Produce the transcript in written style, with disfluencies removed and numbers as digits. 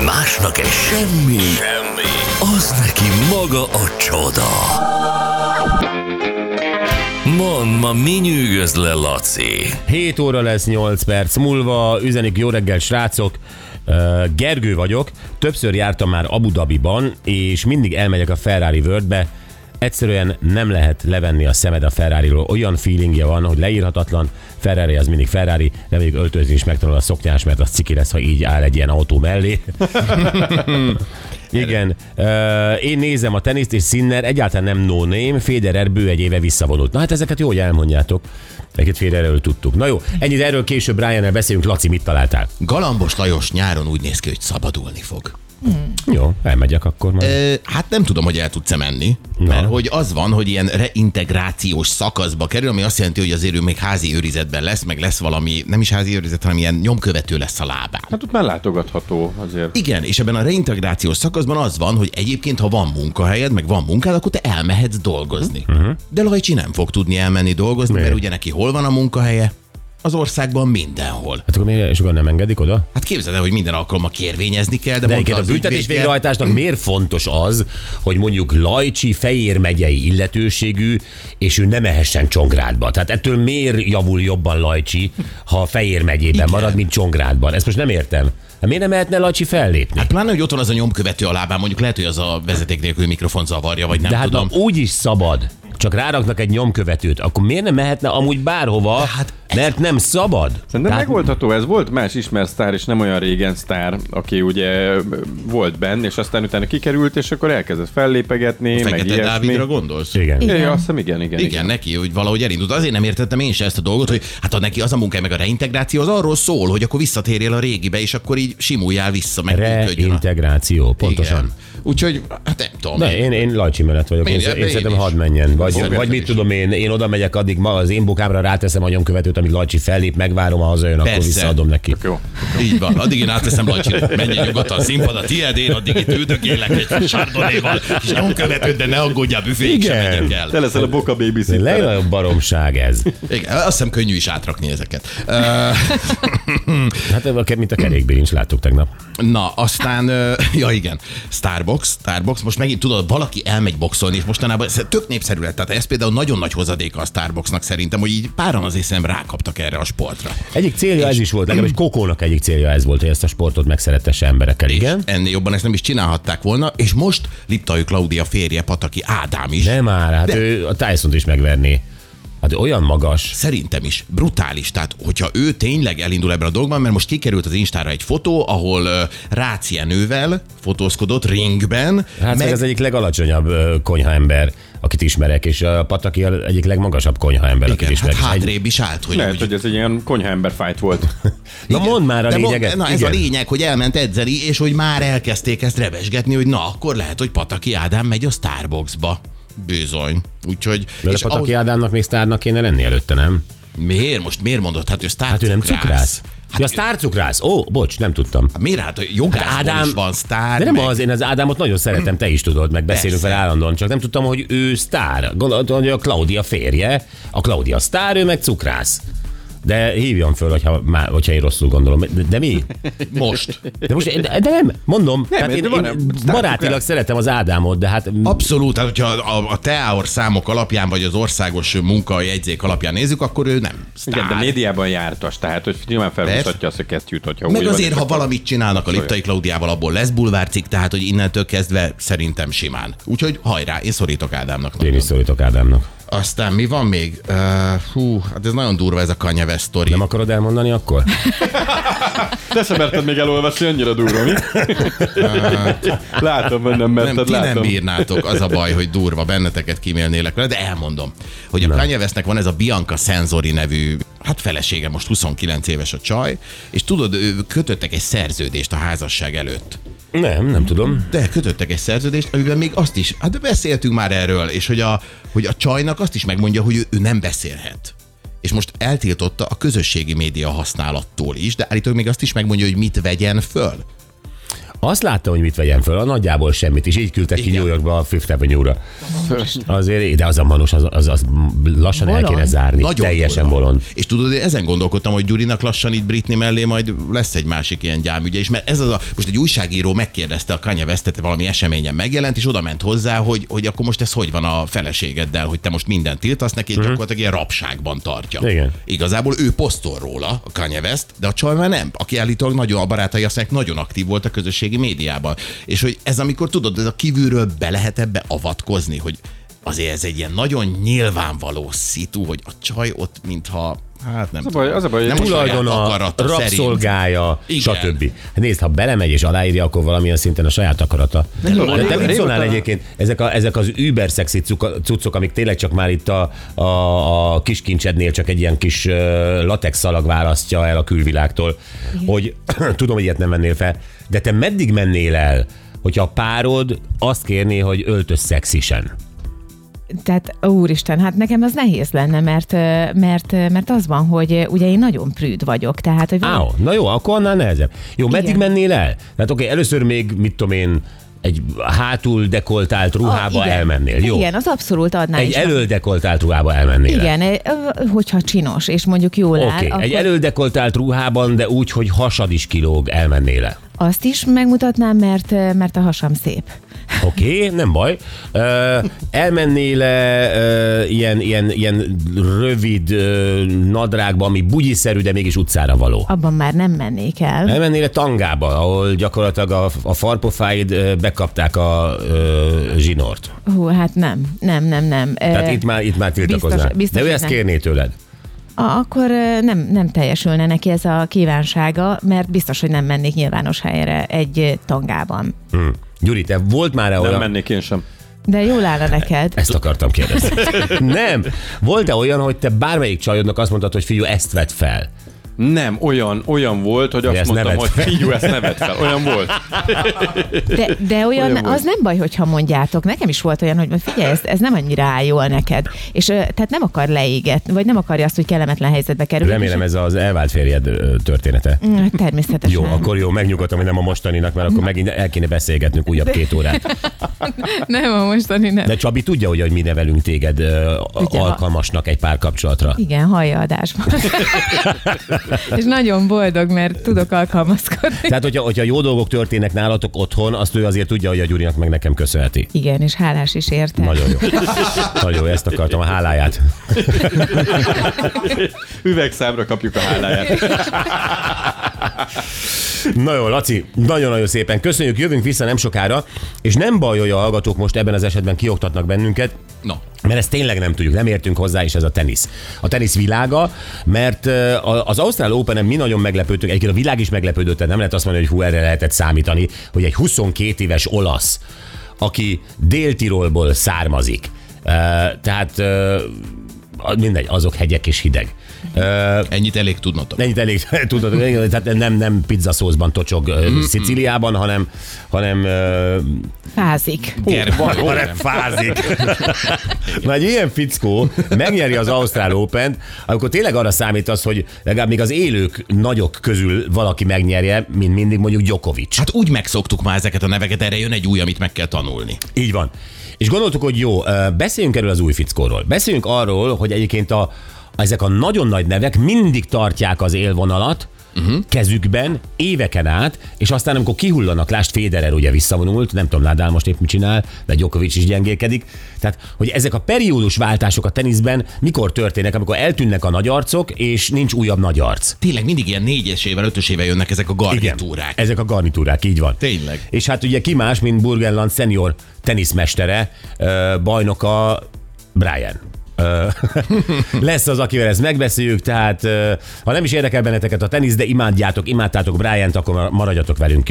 Másnak egy semmi, az neki maga a csoda. Mondd, ma mi nyűgöz le, Laci? 7 óra lesz 8 perc múlva, üzenik: jó reggel, srácok. Gergő vagyok, többször jártam már Abu Dhabiban, és mindig elmegyek a Ferrari Worldbe. Egyszerűen nem lehet levenni a szemed a Ferrariról. Olyan feelingje van, hogy leírhatatlan. Ferrari az mindig Ferrari, reméljük öltözni is megtanul a szoknyás, mert az ciki lesz, ha így áll egy ilyen autó mellé. Igen, én nézem a teniszt, és Sinner egyáltalán nem no name, Federer bő egy éve visszavonult. Na hát ezeket jó, hogy elmondjátok. Egyébként Federerről tudtuk. Na jó, ennyit erről később Briannel beszélünk. Laci, mit találtál? Galambos Lajos nyáron úgy néz ki, hogy szabadulni fog. Jó, elmegyek akkor már. Hát nem tudom, hogy el tudsz menni, mert hogy az van, hogy ilyen reintegrációs szakaszba kerül, ami azt jelenti, hogy azért ő még házi őrizetben lesz, meg lesz valami, nem is házi őrizet, hanem ilyen nyomkövető lesz a lábán. Hát ott már látogatható azért. Igen, és ebben a reintegrációs szakaszban az van, hogy egyébként, ha van munkahelyed, meg van munkád, akkor te elmehetsz dolgozni. De Lajcsi nem fog tudni elmenni dolgozni, mert ugye neki hol van a munkahelye? Az országban mindenhol. Hát akkor miért sokan nem engedik oda? Hát képzeld el, hogy minden alkalommal kérvényezni kell, de a büntetés végrehajtásnak miért fontos az, hogy mondjuk Lajcsi Fejér megyei illetőségű, és ő nem ehessen Csongrádba? Tehát ettől miért javul jobban Lajcsi, ha Fejér megyében marad, mint Csongrádban? Ezt most nem értem. Hát miért nem mehetne Lajcsi fellépni? Hát pláne, hogy ott van az a nyomkövető a lábán, mondjuk lehet, hogy az a vezeték nélkül mikrofon zavarja, vagy nem tudom. De hát úgy is szabad. Csak ráraknak egy nyomkövetőt, akkor miért nem mehetne amúgy bárhova, mert nem szabad? Szerintem megoldható, ez volt más ismert sztár, és nem olyan régen sztár, aki ugye volt benne, és aztán utána kikerült, és akkor elkezdett fellépegetni, meg ilyesmi. Dávidra gondolsz? Igen. Igen, azt hiszem, igen. Igen, neki, hogy valahogy elindult. Azért nem értettem én se ezt a dolgot, hogy hát neki az a munkája, meg a reintegráció az arról szól, hogy akkor visszatérjél a régibe, és akkor így simuljál vissza, meg reintegráció, pontosan. Igen. Úgyhogy, hát nem tudom. De én Lajcsi mellett vagyok, én szerintem hadd menjen. Vagy mit tudom én oda megyek, addig az én bokámra ráteszem a nyomkövetőt, amíg Lajcsi fellép, megvárom, ha hazajön, akkor visszaadom neki. Jó. Így van, addig én átteszem Lajcsi, menjen nyugodtan a színpad, a tiéd, én addig itt üldögélek egy sardonéval, és nyomkövetőt, de ne aggódjál, büféig sem megyek el. Te leszel a Boka babysitter. Legnagyobb baromság ez. Igen, azt hiszem könnyű is átrakni ezeket. Hát mint a kerékbilincs, láttuk tegnap. Na, aztán, ja igen, Starbucks, most megint tudod, valaki elmegy boxolni, és mostanában ez tök népszerű lett. Tehát ez például nagyon nagy hozadéka a Starbucksnak szerintem, hogy így páran azért szerintem rákaptak erre a sportra. Egyik célja ez is volt, legalábbis Kokónak egyik célja ez volt, hogy ezt a sportot megszerettesse emberekkel, igen. Ennél jobban ezt nem is csinálhatták volna, és most Liptai Klaudia férje, Pataki Ádám is. Nem már, hát ő a Tyson-t is megverné. Hát olyan magas. Szerintem is. Brutális. Tehát, hogyha ő tényleg elindul ebben a dolgban, mert most kikerült az Instára egy fotó, ahol Rácz Jenővel fotózkodott ringben. Hát meg az egyik legalacsonyabb konyhaember, akit ismerek, és a Pataki egyik legmagasabb konyhaember, akit ismerek. Hát hátrébb is állt. Hogy ez egy ilyen konyhaember fight volt. Na mondd már a lényeget. Na ez a lényeg, hogy elment edzeni, és hogy már elkezdték ezt revesgetni, hogy na, akkor lehet, hogy Pataki Ádám megy a Starbucksba. Bizony. Úgyhogy... De a Pataki Ádámnak még sztárnak kéne lenni előtte, nem? Miért? Most miért mondod? Hát ő sztárcukrász. Hát ő nem cukrász. Hát ja, sztárcukrász? Ó, bocs, nem tudtam. Miért? Hát jogászból is van sztár. De nem az, én az Ádámot nagyon szeretem, te is tudod, meg beszélünk vele állandóan, csak nem tudtam, hogy ő sztár. Gondoltam, hogy a Klaudia férje, a Klaudia sztár, ő meg cukrász. De hívjam föl, hogyha én rosszul gondolom. De mi? Most. De nem, mondom. Nem, én barátilag szeretem az Ádámot, de hát... Abszolút, hát hogyha a TEAOR számok alapján, vagy az országos munkajegyzék alapján nézzük, akkor ő nem sztár. Igen, de médiában jártas, tehát hogy nyilván felmutatja azt a kesztyűt, hogyha meg úgy azért, van, ha valamit csinálnak a Liptai Klaudiával, abból lesz bulvárcikk, tehát hogy innentől kezdve szerintem simán. Úgyhogy hajrá, én szorítok Ádámnak. Én is szorítok Ádámnak. Aztán mi van még? Hát ez nagyon durva ez a Kanye West sztori. Nem akarod elmondani akkor? Te sem merted még elolvasni, annyira durva, mi? Látom, hogy nem merted, látom. Nem bírnátok, az a baj, hogy durva, benneteket kímélnélek vele, de elmondom, hogy a Kanye Westnek van ez a Bianca Sensori nevű, hát felesége, most 29 éves a csaj, és tudod, kötöttek egy szerződést a házasság előtt. Nem tudom. De kötöttek egy szerződést, amiben még azt is, hát beszéltünk már erről, és hogy a csajnak azt is megmondja, hogy ő nem beszélhet. És most eltiltotta a közösségi média használattól is, de állítólag még azt is megmondja, hogy mit vegyen föl. Azt láttam, hogy mit vegyen föl, a nagyjából semmit, és így küldtek ki Igen. New Yorkba a Fifth Avenue-ra. Azért, de az a Manus, az lassan Bolond. el kéne zárni. Nagyon Teljesen durva. bolond. És tudod, én ezen gondolkodtam, hogy Gyurinak lassan itt Britney mellé majd lesz egy másik ilyen gyámügye is, mert ez az most egy újságíró megkérdezte a Kanye Westet, valami eseményen megjelent, és oda ment hozzá, hogy akkor most ez hogy van a feleségeddel, hogy te most mindent tiltasz neki, és gyakorlatilag ilyen rabságban tartja. Igen. Igazából ő posztol róla, a Kanye West, de a csaj már nem, aki állítólag nagyon, a barátai azt mondják, nagyon aktív volt a közösségi médiában. És hogy ez amikor tudod, ez a kívülről be lehet ebbe avatkozni, hogy azért ez egy ilyen nagyon nyilvánvaló szitu, hogy a csaj ott mintha, hát nem Az a baj, nem hogy a saját Tulajdona, akarata szerint. rabszolgája, Igen. stb. Nézd, ha belemegy és aláírja, akkor valamilyen szinten a saját akarata. De te mit szólnál egyébként? Ezek az überszexi cuccok, amik tényleg csak már itt a kis kincsednél csak egy ilyen kis latex szalag választja el a külvilágtól, hogy tudom, hogy ilyet nem mennél fel, de te meddig mennél el, hogyha a párod azt kérné, hogy öltöz szexisen? Tehát, úristen, hát nekem az nehéz lenne, mert az van, hogy ugye én nagyon prűd vagyok, tehát, hogy Na jó, akkor annál nehezebb. Jó, meddig Igen. mennél el? Tehát oké, először még, mit tudom én, egy hátul dekoltált ruhába igen. elmennél, jó? Igen, az abszolút adná Egy is. elöldekoltált ruhába elmennél. Igen, hogyha csinos, és mondjuk jól áll, Oké, akkor egy elöldekoltált ruhában, de úgy, hogy hasad is kilóg, elmennél. azt is megmutatnám, mert a hasam szép. Oké, nem baj. Elmennél ilyen rövid nadrágba, ami bugyiszerű, de mégis utcára való. Abban már nem mennék el. Elmennél tangába, ahol gyakorlatilag a farpofáid bekapták a zsinort. Hú, hát nem. Tehát itt már tiltakoznál. biztos, De ő hogy ezt nem. kérné tőled. Akkor nem teljesülne neki ez a kívánsága, mert biztos, hogy nem mennék nyilvános helyre egy tangában. Gyuri, te volt már Nem olyan... mennék én sem. De jól állna neked. Ezt akartam kérdezni. Nem. Volt-e olyan, hogy te bármelyik csajodnak azt mondtad, hogy figyelj, ezt vedd fel? Nem, olyan volt, hogy azt ezt ne mondtam, vedd hogy fel. figyelj, ezt ne vedd fel. Olyan volt. De olyan, Olyan volt. az nem baj, hogyha mondjátok. Nekem is volt olyan, hogy figyelj, ez nem annyira áll jól neked. És tehát nem akar leégetni, vagy nem akarja azt, hogy kellemetlen helyzetbe kerül. Remélem ez az elvált férjed története. Természetesen. Jó, akkor jó, megnyugodtam, hogy nem a mostaninak, mert akkor megint el kéne beszélgetnünk újabb 2 órát. Nem a mostani, nem. De Csabi tudja, hogy mi nevelünk téged Ugye, alkalmasnak egy párkapcsolatra. Igen, hallja adásban. És nagyon boldog, mert tudok alkalmazkodni. Tehát, hogyha jó dolgok történnek nálatok otthon, azt ő azért tudja, hogy a Gyurinak meg nekem köszönheti. Igen, és hálás is érte. Nagyon jó. Nagyon jó, ezt akartam, a háláját. Üvegszámra kapjuk a háláját. Na jó, Laci, nagyon-nagyon szépen köszönjük, jövünk vissza nem sokára, és nem baj, hogy a hallgatók most ebben az esetben kioktatnak bennünket, No. mert ezt tényleg nem tudjuk, nem értünk hozzá, és ez a tenisz. A tenisz világa, mert az Ausztrál Openen mi nagyon meglepődtünk, egyébként a világ is meglepődött, tehát nem lehet azt mondani, hogy hú, erre lehetett számítani, hogy egy 22 éves olasz, aki Dél-Tirolból származik, tehát mindegy, azok hegyek és hideg. Ennyit elég tudnotok. Ennyit elég tudod, tehát nem pizzaszószban tocsog Szicíliában, hanem Fázik. hanem fázik. Na, egy ilyen fickó megnyeri az Ausztrál Opent, akkor tényleg arra számítasz, hogy legalább még az élők nagyok közül valaki megnyerje, mint mindig mondjuk Djokovic. Hát úgy megszoktuk már ezeket a neveket, erre jön egy új, amit meg kell tanulni. Így van. És gondoltuk, hogy jó, beszéljünk erről az új fickóról. Beszéljünk arról, hogy egyébként ezek a nagyon nagy nevek mindig tartják az élvonalat, kezükben, éveken át, és aztán amikor kihullanak, lásd Federer ugye visszavonult, nem tudom, Nadal most épp mit csinál, de Djokovic is gyengélkedik. Tehát, hogy ezek a periódusváltások a teniszben mikor történnek, amikor eltűnnek a nagy arcok, és nincs újabb nagy arc. Tényleg mindig ilyen 4-esével, 5-ösével jönnek ezek a garnitúrák. Ezek a garnitúrák, így van. Tényleg. És hát ugye ki más, mint Burgenland senior teniszmestere, bajnoka Brian. Lesz az, akivel ezt megbeszéljük, tehát ha nem is érdekel benneteket a tenisz, de imádtátok Briant, akkor maradjatok velünk.